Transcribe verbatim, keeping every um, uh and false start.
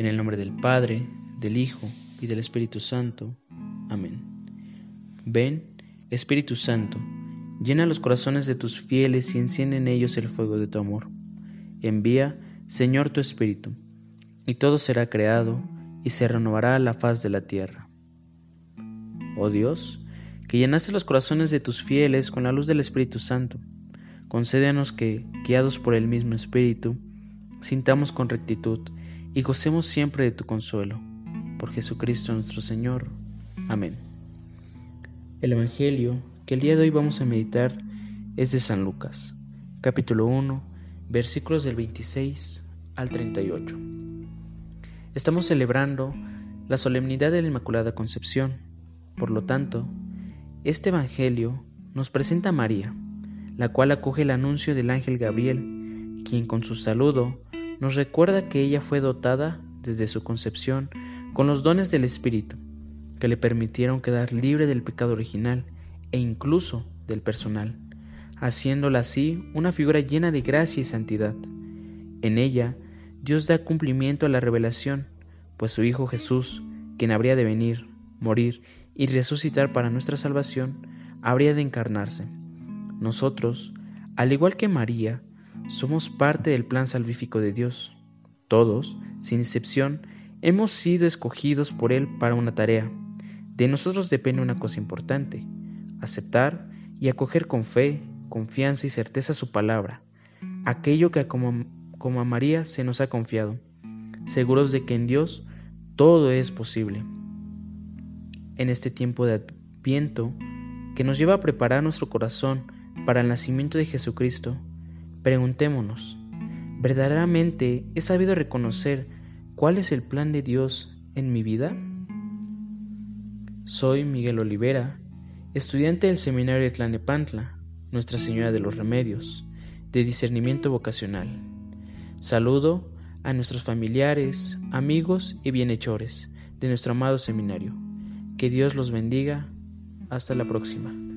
En el nombre del Padre, del Hijo y del Espíritu Santo. Amén. Ven, Espíritu Santo, llena los corazones de tus fieles y enciende en ellos el fuego de tu amor. Envía, Señor, tu Espíritu, y todo será creado y se renovará la faz de la tierra. Oh Dios, que llenaste los corazones de tus fieles con la luz del Espíritu Santo, concédenos que, guiados por el mismo Espíritu, sintamos con rectitud y gocemos siempre de tu consuelo. Por Jesucristo nuestro Señor. Amén. El Evangelio que el día de hoy vamos a meditar es de San Lucas, capítulo uno, versículos del veintiséis al treinta y ocho. Estamos celebrando la solemnidad de la Inmaculada Concepción. Por lo tanto, este Evangelio nos presenta a María, la cual acoge el anuncio del ángel Gabriel, quien con su saludo nos recuerda que ella fue dotada desde su concepción con los dones del Espíritu, que le permitieron quedar libre del pecado original e incluso del personal, haciéndola así una figura llena de gracia y santidad. En ella, Dios da cumplimiento a la revelación, pues su Hijo Jesús, quien habría de venir, morir y resucitar para nuestra salvación, habría de encarnarse. Nosotros, al igual que María, somos parte del plan salvífico de Dios. Todos, sin excepción, hemos sido escogidos por Él para una tarea. De nosotros depende una cosa importante: aceptar y acoger con fe, confianza y certeza su palabra, aquello que como, como a María se nos ha confiado, seguros de que en Dios todo es posible. En este tiempo de Adviento, que nos lleva a preparar nuestro corazón para el nacimiento de Jesucristo, preguntémonos, ¿verdaderamente he sabido reconocer cuál es el plan de Dios en mi vida? Soy Miguel Olivera, estudiante del Seminario de Tlalnepantla, Nuestra Señora de los Remedios, de discernimiento vocacional. Saludo a nuestros familiares, amigos y bienhechores de nuestro amado seminario. Que Dios los bendiga. Hasta la próxima.